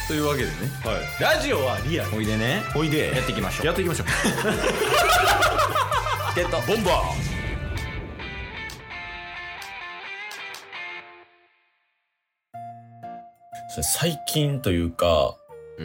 というわけでね、 はい、ラジオはリアル。 おいでね、 おいでやっていきましょう。 やっていきましょうゲットボンバー。最近というか、 うん、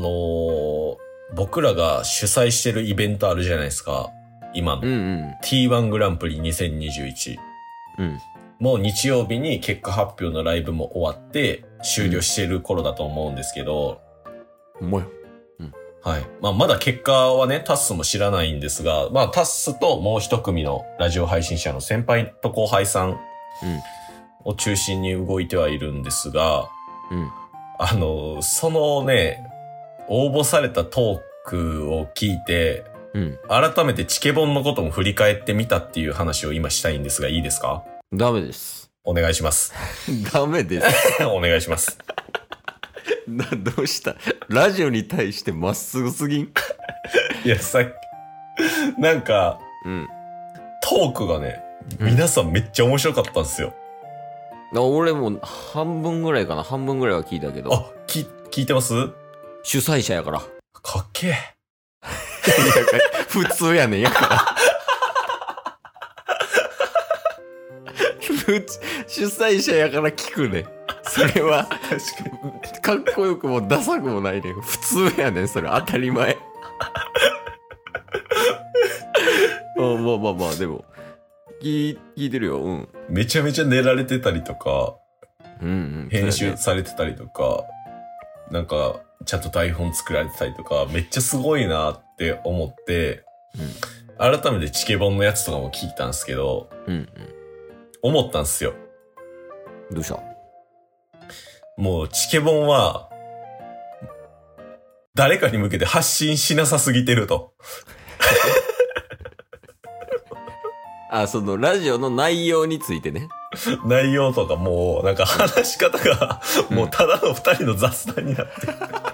僕らが主催してるイベントあるじゃないですか。今の、 うんうん、 T1 グランプリ2021、 うん、 もう日曜日に結果発表のライブも終わって終了してる頃だと思うんですけど、 ほんまや。 はい。まあ、まだ結果はね、タッスも知らないんですが、まあ、タッスともう一組のラジオ配信者の先輩と後輩さんを中心に動いてはいるんですが、 うん、 そのね、応募されたトークを聞いて、 うん。 改めてチケボンのことも振り返ってみたっていう話を今したいんですが、いいですか？ ダメです。 お願いします。 ダメです。 お願いします。 どうした？ラジオに対してまっすぐすぎん？ いや、なんか、 うん。 トークがね、皆さんめっちゃ面白かったんですよ。 俺も半分ぐらいかな。半分ぐらいは聞いたけど。 あ、聞いてます？ 主催者やから。 かっけえ。 普通やねんやから。主催者やから聞くねん。それは確かにかっこよくもダサくもないねん。普通やねん。それ当たり前。まあでも聞いてるよ。うん。 めちゃめちゃ練られてたりとか、 うんうん。 編集されてたりとか、なんかちゃんと台本作られてたりとか、めっちゃすごいなって思って、改めてチケボンのやつとかも聞いたんですけど、 うんうん。 思ったんですよ。 どうした？ もうチケボンは誰かに向けて発信しなさすぎてると。 あ、そのラジオの内容についてね。 内容とかもうなんか話し方がもうただの二人の雑談になってる。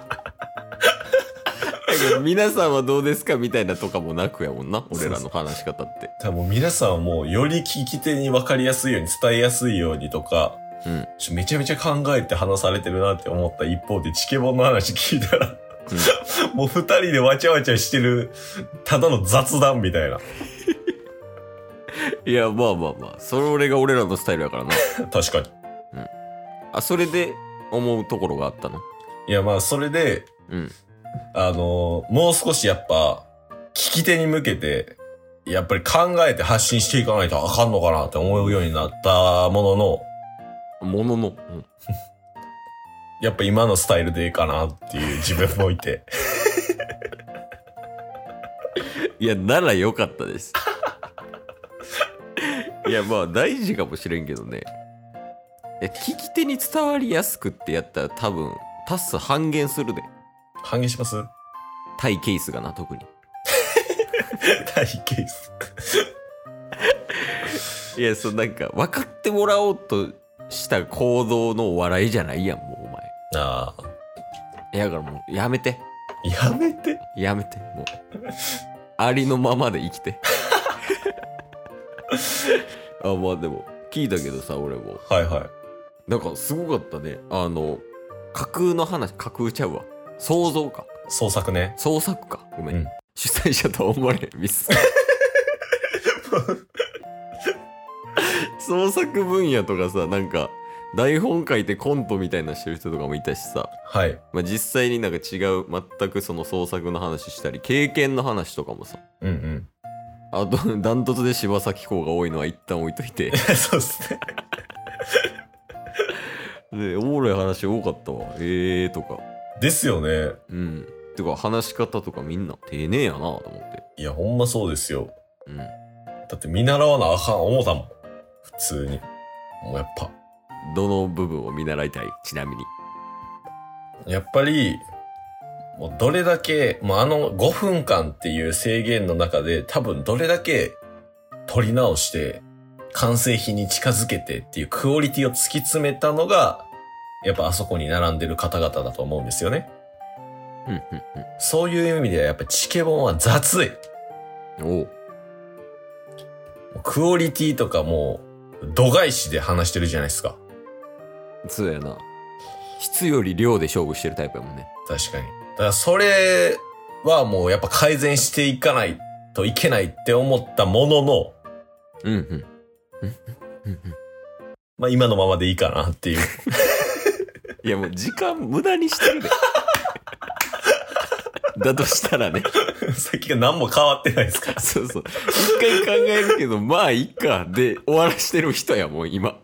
皆さんはどうですかみたいなとかもなくやもんな。俺らの話し方って。 多分皆さんはもうより聞き手に分かりやすいように伝えやすいようにとか、めちゃめちゃ考えて話されてるなって思った一方でチケボンの話聞いたら、もう二人でわちゃわちゃしてるただの雑談みたいな。 いや、まあ。それが俺らのスタイルやからな。 確かに。 あ、それで思うところがあったの？ いや、まあそれで、もう少しやっぱ、聞き手に向けて、やっぱり考えて発信していかないとあかんのかなって思うようになったものの、やっぱ今のスタイルでいいかなっていう自分もいて。 いや、ならよかったです。いや、まあ大事かもしれんけどね。聞き手に伝わりやすくってやったら多分、タス半減するで。 半減します？ 対ケースがな、特に。 対ケース。 いや、なんか、分かってもらおうとした行動のお笑いじゃないやん、もうお前。 ああ。 いや、だからもう、やめて。もう。ありのままで生きて。あ、まあでも、聞いたけどさ、俺も。 はいはい。 なんか、すごかったね。架空の話、架空ちゃうわ。想像か。 創作ね。 創作か。ごめん。主催者とは思われんミス。創作分野とかさ、なんか、台本書いてコントみたいなしてる人とかもいたしさ。 はい。 まあ、実際になんか違う、全くその創作の話したり、経験の話とかもさ。あと、ダントツで柴咲コウが多いのは一旦置いといて。 そうっすね。 で、おもろい話多かったわ。とか。 ですよね。 てか、話し方とかみんな丁寧やなと思って。 いや、ほんまそうですよ。だって見習わなあかん思ったもん。普通に。もうやっぱ。 どの部分を見習いたい？ちなみに。 やっぱり、もうどれだけ、もう5分間っていう制限の中で多分どれだけ撮り直して完成品に近づけてっていうクオリティを突き詰めたのが、やっぱあそこに並んでる方々だと思うんですよね。そういう意味ではやっぱチケボンは雑い。クオリティとかもう度外視で話してるじゃないですか。 そうやな。 質より量で勝負してるタイプやもんね。 確かに。だからそれはもうやっぱ改善していかないといけないって思ったものの、 うんうん。 まあ今のままでいいかなっていう。 いやもう時間無駄にしてるで。だとしたらね。 さっきが何も変わってないですから。 そうそう。一回考えるけど、まあいいか。で終わらしてる人やもん、今。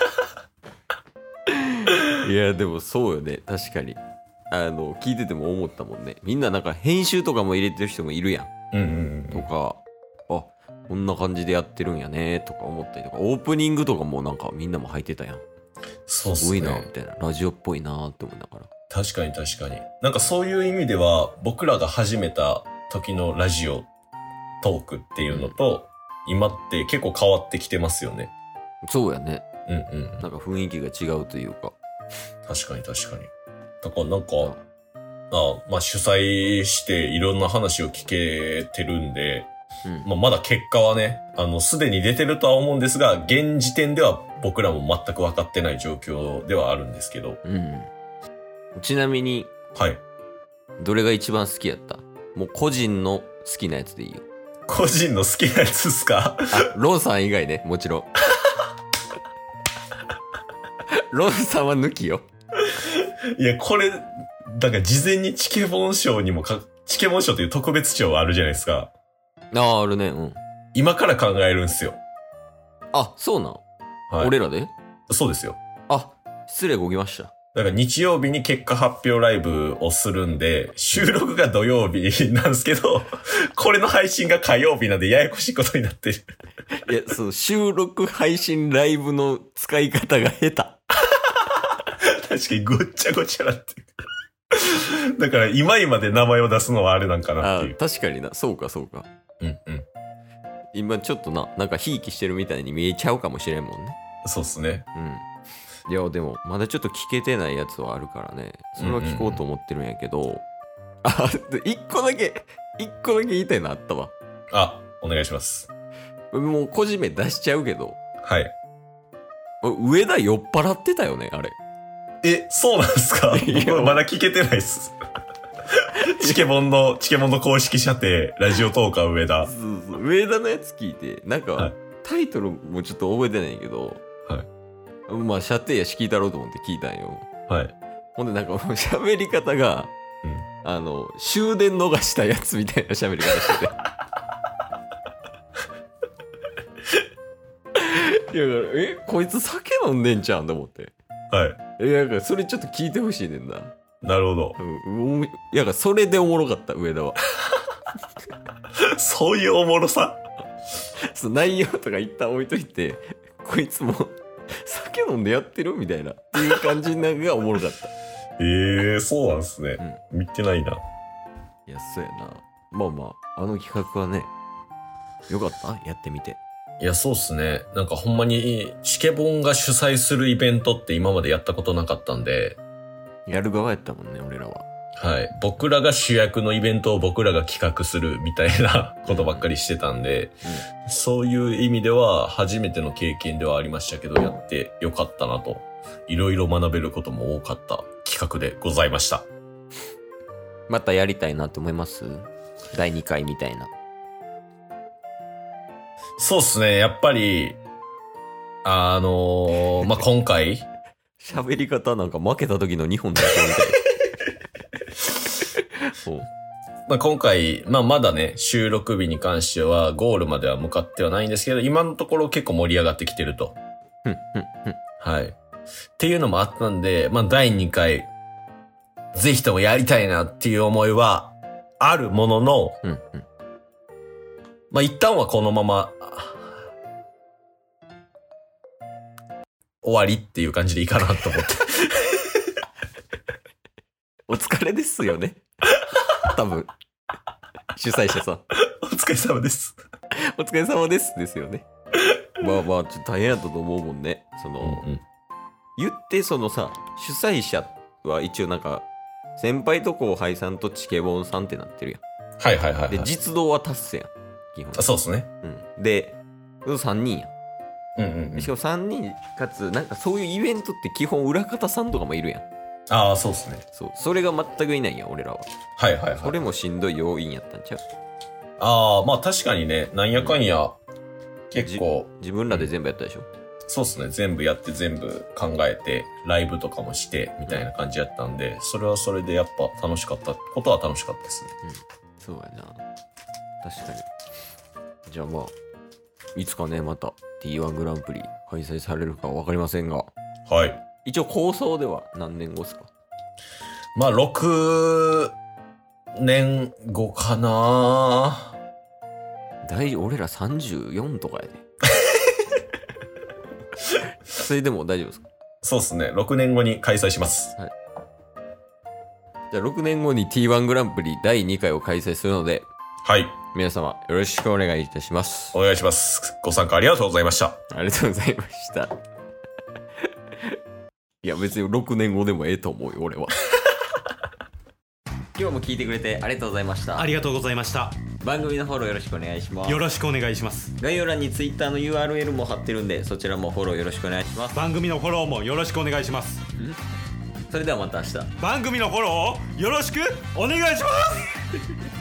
いや、でもそうよね。確かに。聞いてても思ったもんね。みんななんか編集とかも入れてる人もいるやん。 うんうんうん。 とか、あ、こんな感じでやってるんやねとか思ったりとか、オープニングとかもなんかみんなも入ってたやん。 そうっすね。 すごいな、みたいな。ラジオっぽいなって思いながら。 確かに確かに。なんかそういう意味では、僕らが始めた時のラジオトークっていうのと、今って結構変わってきてますよね。 そうやね。 うんうん。 なんか雰囲気が違うというか。 確かに確かに。だからなんか、まあ主催していろんな話を聞けてるんで、まあまだ結果はね、すでに出てるとは思うんですが、現時点では僕らも全く分かってない状況ではあるんですけど。 ちなみに、 はい。 どれが一番好きやった？もう個人の好きなやつでいいよ。 個人の好きなやつっすか？ ロンさん以外ね、もちろん。ロンさんは抜きよ。 いや、これ、だから事前にチケボン賞にもチケボン賞という特別賞あるじゃないですか。 あるね、うん。 今から考えるんすよ。 あ、そうなん、はい、俺らで？ そうですよ。 あ、失礼ごきました。 だから日曜日に結果発表ライブをするんで、収録が土曜日なんですけど、これの配信が火曜日なんでややこしいことになってる。 いや、そう、収録配信ライブの使い方が下手。確かにごっちゃごちゃなってる。だから今で名前を出すのはあれなんかなっていう。 確かにな。そうかそうか。 うんうん。 今ちょっとなんかひいきしてるみたいに見えちゃうかもしれんもんね。 そうっすね。 うん。いやでもまだちょっと聞けてないやつはあるからね、それは聞こうと思ってるんやけど、一個だけ言いたいのあったわ。 お願いします。 もう個人名出しちゃうけど、 はい。 上田酔っ払ってたよね、あれ。 そうなんすか？まだ聞けてないっす。チケモンの公式射程ラジオトーカー上田。 そう上田のやつ聞いてなんか、はい、タイトルもちょっと覚えてないけど、 はい。 まあ射程やし聞いたろうと思って聞いたんよ。 はい。 ほんでなんか喋り方が、終電逃したやつみたいな喋り方してて。いやこいつ酒飲んでんちゃうんと思って。 はい。 だからそれちょっと聞いてほしいねんな。 なるほど。 いやそれでおもろかった上田は。 そういうおもろさ。 内容とか一旦置いといて、こいつも酒飲んでやってるみたいなっていう感じなのがおもろかった。 そうなんすね。見てないな。 いやそうやな。まあまあ企画はね、よかったやってみて。 いやそうっすね。なんかほんまにチケボンが主催するイベントって今までやったことなかったんで。 やる側やったもんね、俺らは。 はい。僕らが主役のイベントを僕らが企画するみたいなことばっかりしてたんで、そういう意味では初めての経験ではありましたけど、やってよかったなと、いろいろ学べることも多かった企画でございました。 またやりたいなって思います？第2回みたいな。 そうっすね。やっぱり、まあ、今回喋り方なんか負けた時の日本代表みたいな。 まあ、今回、まだね、収録日に関してはゴールまでは向かってはないんですけど、今のところ結構盛り上がってきてると。はい。っていうのもあったんで、第2回、ぜひともやりたいなっていう思いはあるものの、一旦はこのまま、終わりっていう感じでいいかなと思って。 お疲れですよね。多分。主催者さん。 お疲れ様です。 お疲れ様ですですよね。まあちょっと大変やったと思うもんね。言ってそのさ、主催者は一応なんか、先輩と後輩さんとチケボンさんってなってるやん。 はい。 で、実動は達成やん。基本。 そうっすね。 で、3人やん。しかも3人かつなんかそういうイベントって基本裏方さんとかもいるやん。 ああ、そうですね。 それが全くいないんや俺らは。 はいはいはい。 それもしんどい要因やったんちゃう？ ああ、まあ確かにね、なんやかんや、結構。 自分らで全部やったでしょ？ そうですね。全部やって全部考えて、ライブとかもして、みたいな感じやったんで、それはそれでやっぱ楽しかったことは楽しかったですね。 そうやな。確かに。じゃあまあ、いつかね、また T1 グランプリ開催されるかわかりませんが、 はい。 一応構想では何年後ですか？ まあ、6年後かな。 俺ら34とかやで。それでも大丈夫ですか？ そうですね。6年後に開催します。 はい。じゃあ6年後に T1 グランプリ第2回を開催するので、 はい。 皆様よろしくお願いいたします。 お願いします。ご参加ありがとうございました。 ありがとうございました。いや別に6年後でもええと思うよ俺は。今日も聞いてくれてありがとうございました。 ありがとうございました。 番組のフォローよろしくお願いします。 よろしくお願いします。 概要欄に Twitter の URL も貼ってるんで、そちらもフォローよろしくお願いします。 番組のフォローもよろしくお願いします。 それではまた明日。 番組のフォローをよろしくお願いします。